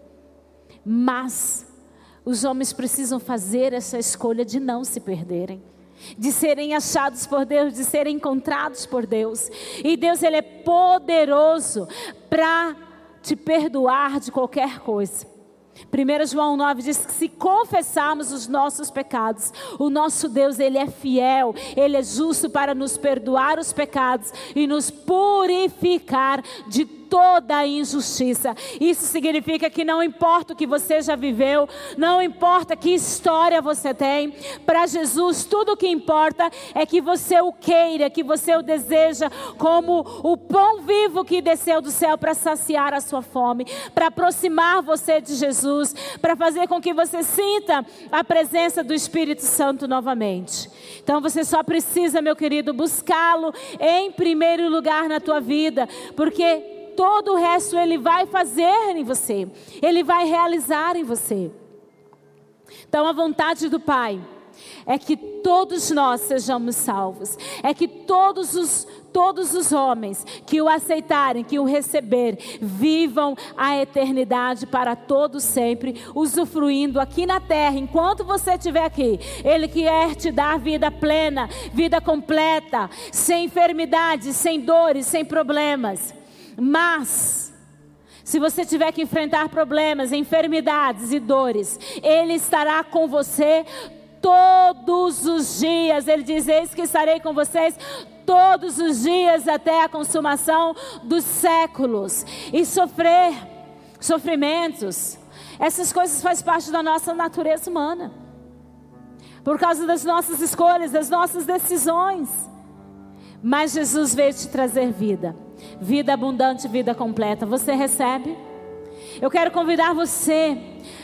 Mas os homens precisam fazer essa escolha de não se perderem, de serem achados por Deus, de serem encontrados por Deus. E Deus, Ele é poderoso para te perdoar de qualquer coisa. 1 João 9 diz que se confessarmos os nossos pecados, o nosso Deus, Ele é fiel, Ele é justo para nos perdoar os pecados e nos purificar de toda a injustiça. Isso significa que não importa o que você já viveu, não importa que história você tem, para Jesus tudo o que importa é que você o queira, que você o deseja como o pão vivo que desceu do céu para saciar a sua fome, para aproximar você de Jesus, para fazer com que você sinta a presença do Espírito Santo novamente. Então você só precisa, meu querido, buscá-lo em primeiro lugar na tua vida, porque todo o resto Ele vai fazer em você, Ele vai realizar em você. Então a vontade do Pai é que todos nós sejamos salvos, é que todos os homens que o aceitarem, que o receberem, vivam a eternidade para todo sempre, usufruindo aqui na terra, enquanto você estiver aqui. Ele quer te dar vida plena, vida completa, sem enfermidades, sem dores, sem problemas. Mas se você tiver que enfrentar problemas, enfermidades e dores, Ele estará com você todos os dias. Ele diz: eis que estarei com vocês todos os dias até a consumação dos séculos. E sofrimentos, essas coisas fazem parte da nossa natureza humana. Por causa das nossas escolhas, das nossas decisões. Mas Jesus veio te trazer vida. Vida abundante, vida completa. Você recebe? Eu quero convidar você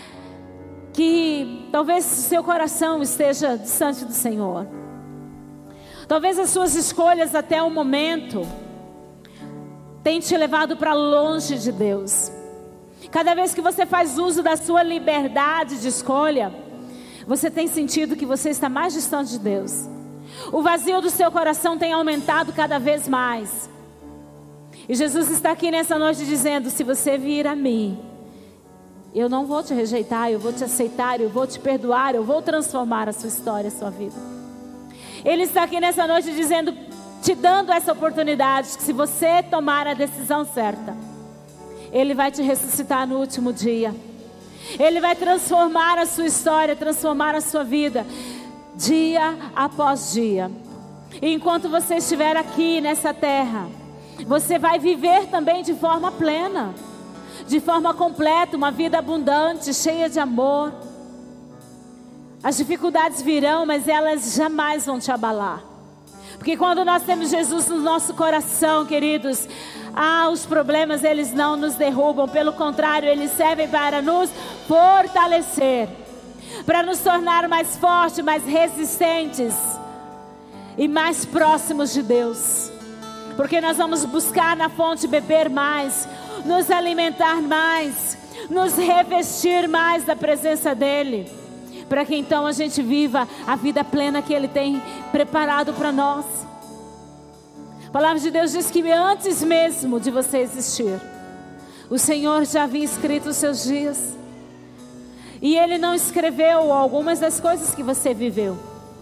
que talvez seu coração esteja distante do Senhor. Talvez as suas escolhas até o momento tenham te levado para longe de Deus. Cada vez que você faz uso da sua liberdade de escolha, você tem sentido que você está mais distante de Deus. O vazio do seu coração tem aumentado cada vez mais. E Jesus está aqui nessa noite dizendo: se você vir a mim, eu não vou te rejeitar, eu vou te aceitar, eu vou te perdoar, eu vou transformar a sua história, a sua vida. Ele está aqui nessa noite dizendo, te dando essa oportunidade, que se você tomar a decisão certa, Ele vai te ressuscitar no último dia. Ele vai transformar a sua história, transformar a sua vida, dia após dia. E enquanto você estiver aqui nessa terra, você vai viver também de forma plena, de forma completa, uma vida abundante, cheia de amor. As dificuldades virão, mas elas jamais vão te abalar. Porque quando nós temos Jesus no nosso coração, queridos, os problemas eles não nos derrubam. Pelo contrário, eles servem para nos fortalecer, para nos tornar mais fortes, mais resistentes e mais próximos de Deus. Porque nós vamos buscar na fonte beber mais, nos alimentar mais, nos revestir mais da presença dEle, para que então a gente viva a vida plena que Ele tem preparado para nós. A palavra de Deus diz que antes mesmo de você existir, o Senhor já havia escrito os seus dias. E Ele não escreveu algumas das coisas que você viveu.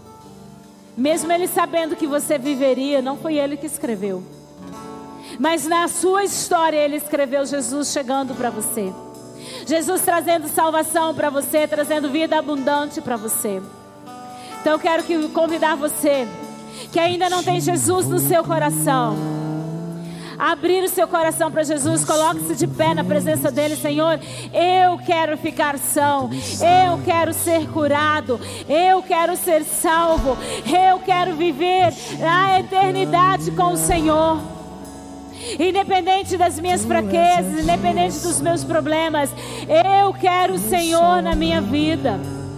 Mesmo Ele sabendo que você viveria, não foi Ele que escreveu. Mas na sua história Ele escreveu Jesus chegando para você. Jesus trazendo salvação para você, trazendo vida abundante para você. Então eu quero convidar você que ainda não tem Jesus no seu coração, abrir o seu coração para Jesus. Coloque-se de pé na presença dEle. Senhor, eu quero ficar são, eu quero ser curado, eu quero ser salvo, eu quero viver a eternidade com o Senhor. Independente das minhas fraquezas, independente dos meus problemas, eu quero o Senhor na minha vida.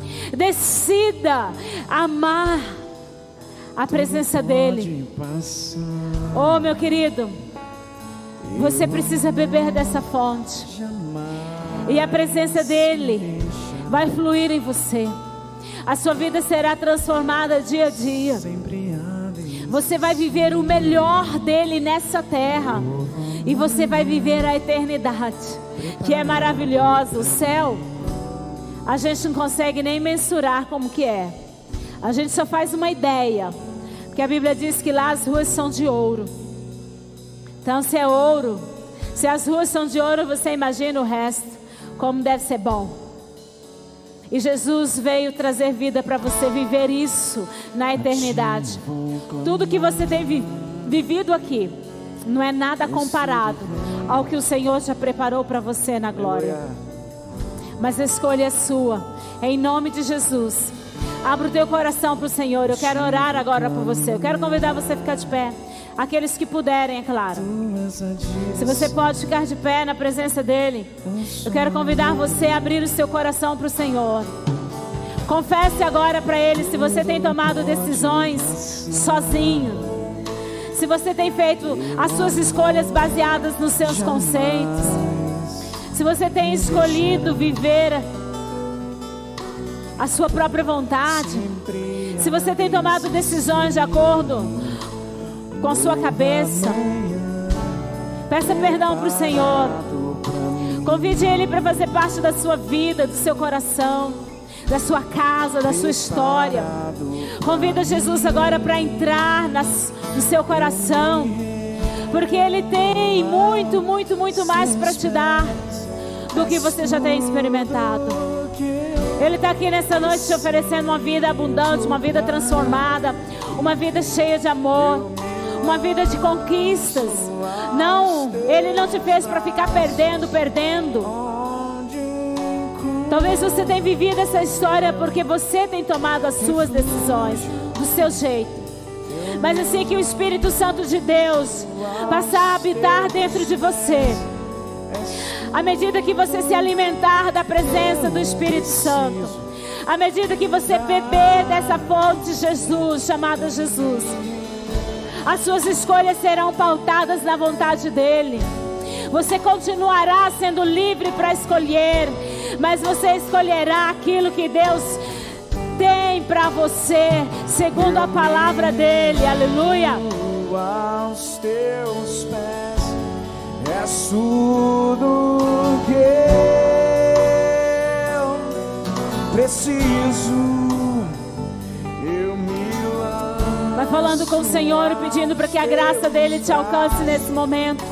Decida amar a presença dEle. Oh, meu querido, você precisa beber dessa fonte, e a presença dEle vai fluir em você. A sua vida será transformada dia a dia. Você vai viver o melhor dEle nessa terra, e você vai viver a eternidade, que é maravilhosa. O céu, a gente não consegue nem mensurar como que é. A gente só faz uma ideia, porque a Bíblia diz que lá as ruas são de ouro. Então se é ouro, se as ruas são de ouro, você imagina o resto, como deve ser bom. E Jesus veio trazer vida para você viver isso na eternidade. Tudo que você tem vivido aqui não é nada comparado ao que o Senhor já preparou para você na glória. Mas a escolha é sua, em nome de Jesus. Abra o teu coração para o Senhor. Eu quero orar agora por você. Eu quero convidar você a ficar de pé. Aqueles que puderem, é claro. Se você pode ficar de pé na presença dEle, eu quero convidar você a abrir o seu coração para o Senhor. Confesse agora para Ele se você tem tomado decisões sozinho, se você tem feito as suas escolhas baseadas nos seus conceitos, se você tem escolhido viver a sua própria vontade, se você tem tomado decisões de acordo com a sua cabeça. Peça perdão para o Senhor. Convide Ele para fazer parte da sua vida, do seu coração, da sua casa, da sua história. Convida Jesus agora para entrar no seu coração, porque Ele tem muito, muito, muito mais para te dar do que você já tem experimentado. Ele está aqui nessa noite te oferecendo uma vida abundante, uma vida transformada, uma vida cheia de amor, uma vida de conquistas. Não, Ele não te fez para ficar perdendo. Talvez você tenha vivido essa história porque você tem tomado as suas decisões do seu jeito. Mas assim que o Espírito Santo de Deus passar a habitar dentro de você, à medida que você se alimentar da presença do Espírito Santo, à medida que você beber dessa fonte Jesus, chamada Jesus, as suas escolhas serão pautadas na vontade dEle. Você continuará sendo livre para escolher, mas você escolherá aquilo que Deus tem para você, segundo a palavra dEle. Aleluia. Aos teus pés és tudo que eu preciso. Eu me lanço. Vai falando com o Senhor e pedindo para que a graça dEle te alcance nesse momento.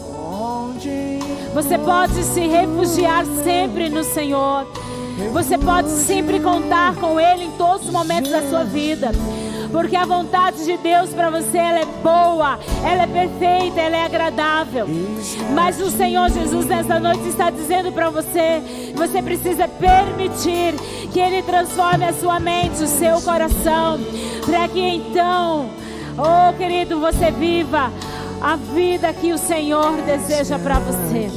Você pode se refugiar sempre no Senhor. Você pode sempre contar com Ele em todos os momentos da sua vida. Porque a vontade de Deus para você, ela é boa, ela é perfeita, ela é agradável. Mas o Senhor Jesus nessa noite está dizendo para você, você precisa permitir que Ele transforme a sua mente, o seu coração, para que então, oh querido, você viva a vida que o Senhor deseja para você.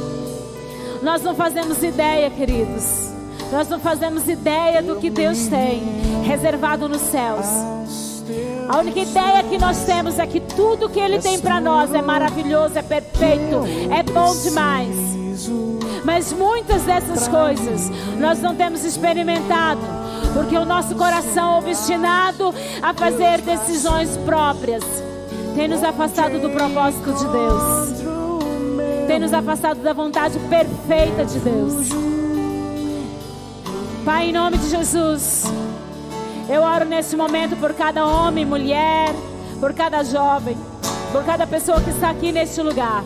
Nós não fazemos ideia, queridos. Nós não fazemos ideia do que Deus tem reservado nos céus. A única ideia que nós temos é que tudo que Ele tem para nós é maravilhoso, é perfeito, é bom demais. Mas muitas dessas coisas nós não temos experimentado, porque o nosso coração obstinado a fazer decisões próprias tem nos afastado do propósito de Deus, tem nos afastado da vontade perfeita de Deus. Pai, em nome de Jesus, eu oro neste momento por cada homem, mulher, por cada jovem, por cada pessoa que está aqui neste lugar.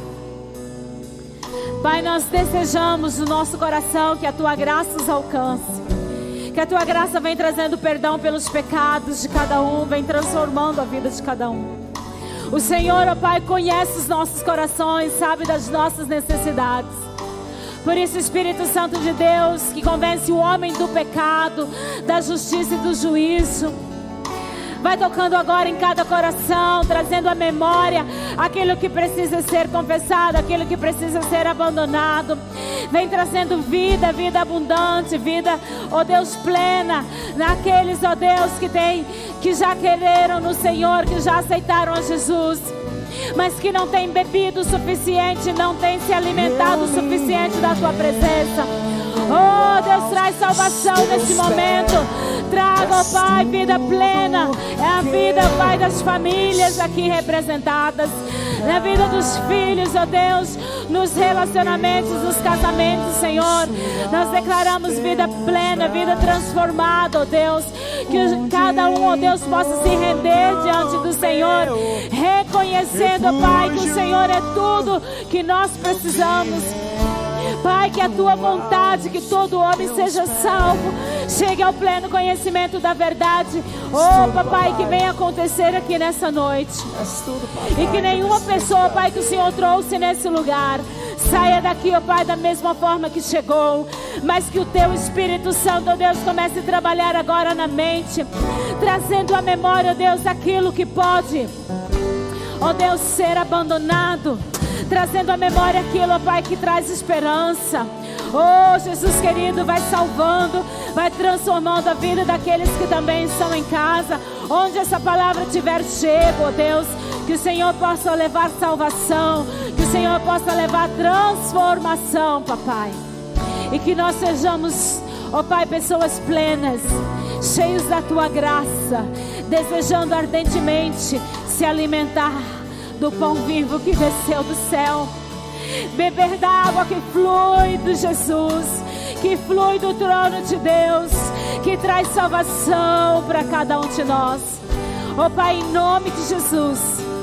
Pai, nós desejamos no nosso coração que a Tua graça os alcance, que a Tua graça vem trazendo perdão pelos pecados de cada um, vem transformando a vida de cada um. O Senhor, ó Pai, conhece os nossos corações, sabe das nossas necessidades. Por isso, Espírito Santo de Deus, que convence o homem do pecado, da justiça e do juízo, vai tocando agora em cada coração, trazendo à memória aquilo que precisa ser confessado, aquilo que precisa ser abandonado. Vem trazendo vida, vida abundante, vida, ó Deus, plena, naqueles, ó Deus, que já quereram no Senhor, que já aceitaram a Jesus, mas que não tem bebido o suficiente, não tem se alimentado o suficiente da Tua presença. Oh Deus, traz salvação nesse momento. Traga, ó Pai, vida plena. É a vida, Pai, das famílias aqui representadas, na vida dos filhos, ó Deus, nos relacionamentos, nos casamentos, Senhor. Nós declaramos vida plena, vida transformada, ó Deus. Que cada um, ó Deus, possa se render diante do Senhor, reconhecendo, ó Pai, que o Senhor é tudo que nós precisamos. Pai, que a Tua vontade, que todo homem seja salvo, chegue ao pleno conhecimento da verdade. Oh, Papai, que venha acontecer aqui nessa noite. E que nenhuma pessoa, Pai, que o Senhor trouxe nesse lugar, saia daqui, ó Pai, da mesma forma que chegou. Mas que o Teu Espírito Santo, ó Deus, comece a trabalhar agora na mente, trazendo à memória, ó Deus, aquilo que pode, ó Deus, ser abandonado, trazendo à memória aquilo, ó Pai, que traz esperança. Oh, Jesus querido, vai salvando, vai transformando a vida daqueles que também estão em casa. Onde essa palavra tiver chego, ó Deus, que o Senhor possa levar salvação, que o Senhor possa levar transformação, Papai. E que nós sejamos, ó Pai, pessoas plenas, cheios da Tua graça, desejando ardentemente se alimentar do pão vivo que desceu do céu, beber da água que flui de Jesus, que flui do trono de Deus, que traz salvação para cada um de nós. Ó Pai, em nome de Jesus,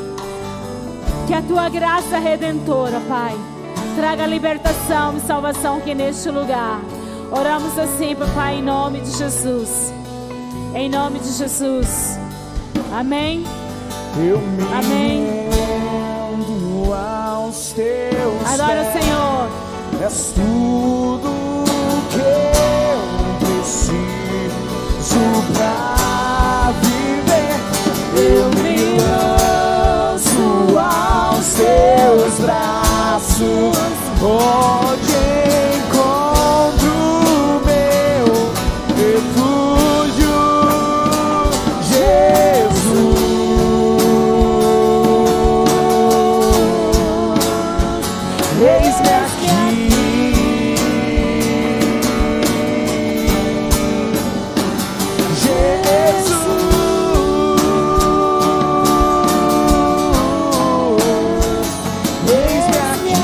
que a Tua graça redentora, Pai, traga libertação e salvação aqui neste lugar. Oramos assim, Pai, em nome de Jesus. Em nome de Jesus. Amém. Eu me Amém. rendo aos teus Adora o Senhor. És tudo que eu preciso pra viver. Eu me lanço aos teus braços, onde encontro meu refúgio, Jesus. Eis-me aqui, Jesus. Eis-me aqui.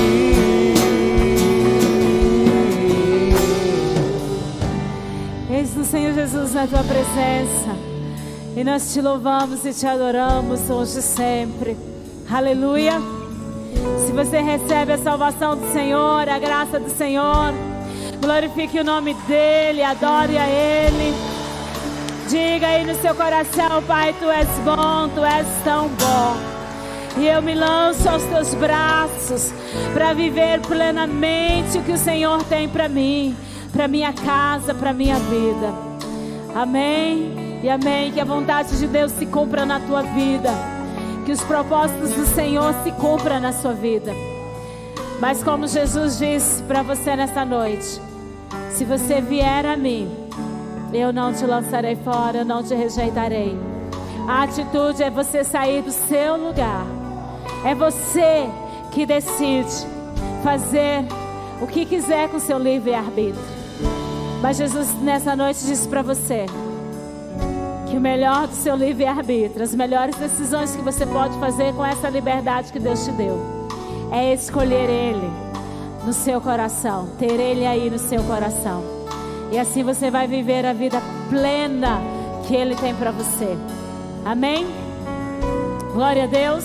Eis o Senhor Jesus na tua presença. E nós te louvamos e te adoramos hoje e sempre. Aleluia. Se você recebe a salvação do Senhor, a graça do Senhor, glorifique o nome dEle, adore a Ele. Diga aí no seu coração: Pai, Tu és bom, Tu és tão bom. E eu me lanço aos Teus braços para viver plenamente o que o Senhor tem para mim, para minha casa, para minha vida. Amém e amém. Que a vontade de Deus se cumpra na tua vida, que os propósitos do Senhor se cumpram na sua vida. Mas como Jesus disse para você nessa noite: se você vier a mim, eu não te lançarei fora, eu não te rejeitarei. A atitude é você sair do seu lugar. É você que decide fazer o que quiser com o seu livre-arbítrio. Mas Jesus nessa noite disse para você que o melhor do seu livre-arbítrio, as melhores decisões que você pode fazer com essa liberdade que Deus te deu, é escolher Ele no seu coração, ter Ele aí no seu coração. E assim você vai viver a vida plena que Ele tem para você. Amém? Glória a Deus.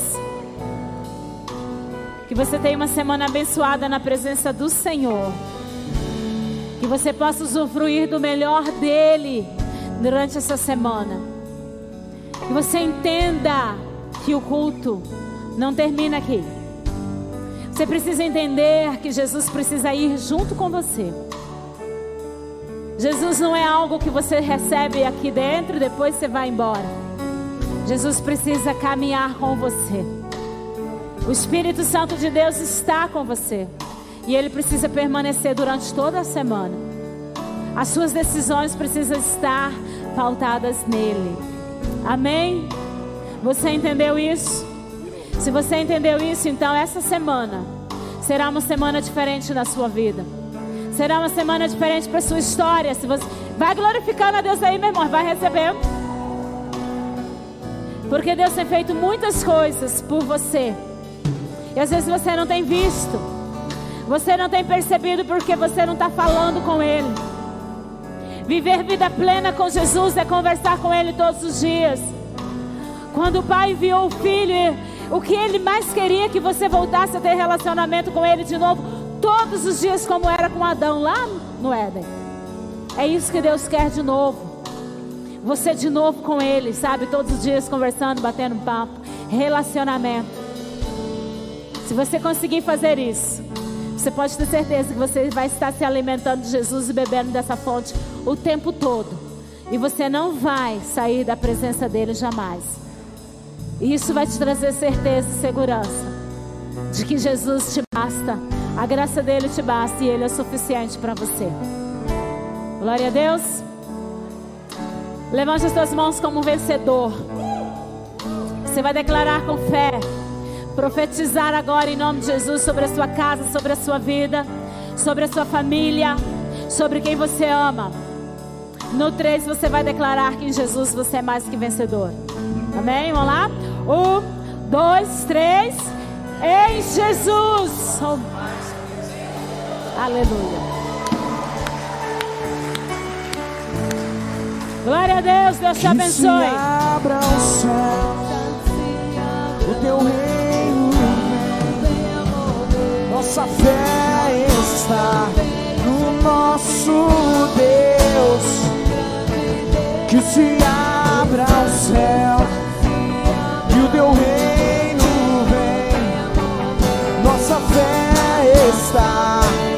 Que você tenha uma semana abençoada na presença do Senhor. Que você possa usufruir do melhor dEle durante essa semana. Que você entenda que o culto não termina aqui. Você precisa entender que Jesus precisa ir junto com você. Jesus não é algo que você recebe aqui dentro e depois você vai embora. Jesus precisa caminhar com você. O Espírito Santo de Deus está com você. E Ele precisa permanecer durante toda a semana. As suas decisões precisam estar pautadas nele. Amém? Você entendeu isso? Se você entendeu isso, então essa semana será uma semana diferente na sua vida. Será uma semana diferente para a sua história. Se você vai glorificando a Deus aí, meu irmão, vai recebendo. Porque Deus tem feito muitas coisas por você. E às vezes você não tem visto. Você não tem percebido porque você não está falando com Ele. Viver vida plena com Jesus é conversar com Ele todos os dias. Quando o Pai enviou o Filho, o que Ele mais queria é que você voltasse a ter relacionamento com Ele de novo, todos os dias, como era com Adão lá no Éden. É isso que Deus quer de novo. Você de novo com Ele, sabe? Todos os dias conversando, batendo papo, relacionamento. Se você conseguir fazer isso, você pode ter certeza que você vai estar se alimentando de Jesus e bebendo dessa fonte o tempo todo. E você não vai sair da presença dEle jamais. E isso vai te trazer certeza e segurança de que Jesus te basta, a graça dEle te basta e Ele é suficiente para você. Glória a Deus. Levante as suas mãos como um vencedor. Você vai declarar com fé, profetizar agora em nome de Jesus sobre a sua casa, sobre a sua vida, sobre a sua família, sobre quem você ama. No 3 você vai declarar que em Jesus você é mais que vencedor. Amém? Vamos lá? 1, 2, 3. Em Jesus. Aleluia. Glória a Deus. Deus te abençoe. Que se abra o céu, o teu reino vem. Nossa fé está no nosso Deus. Que se abra o céu e festa.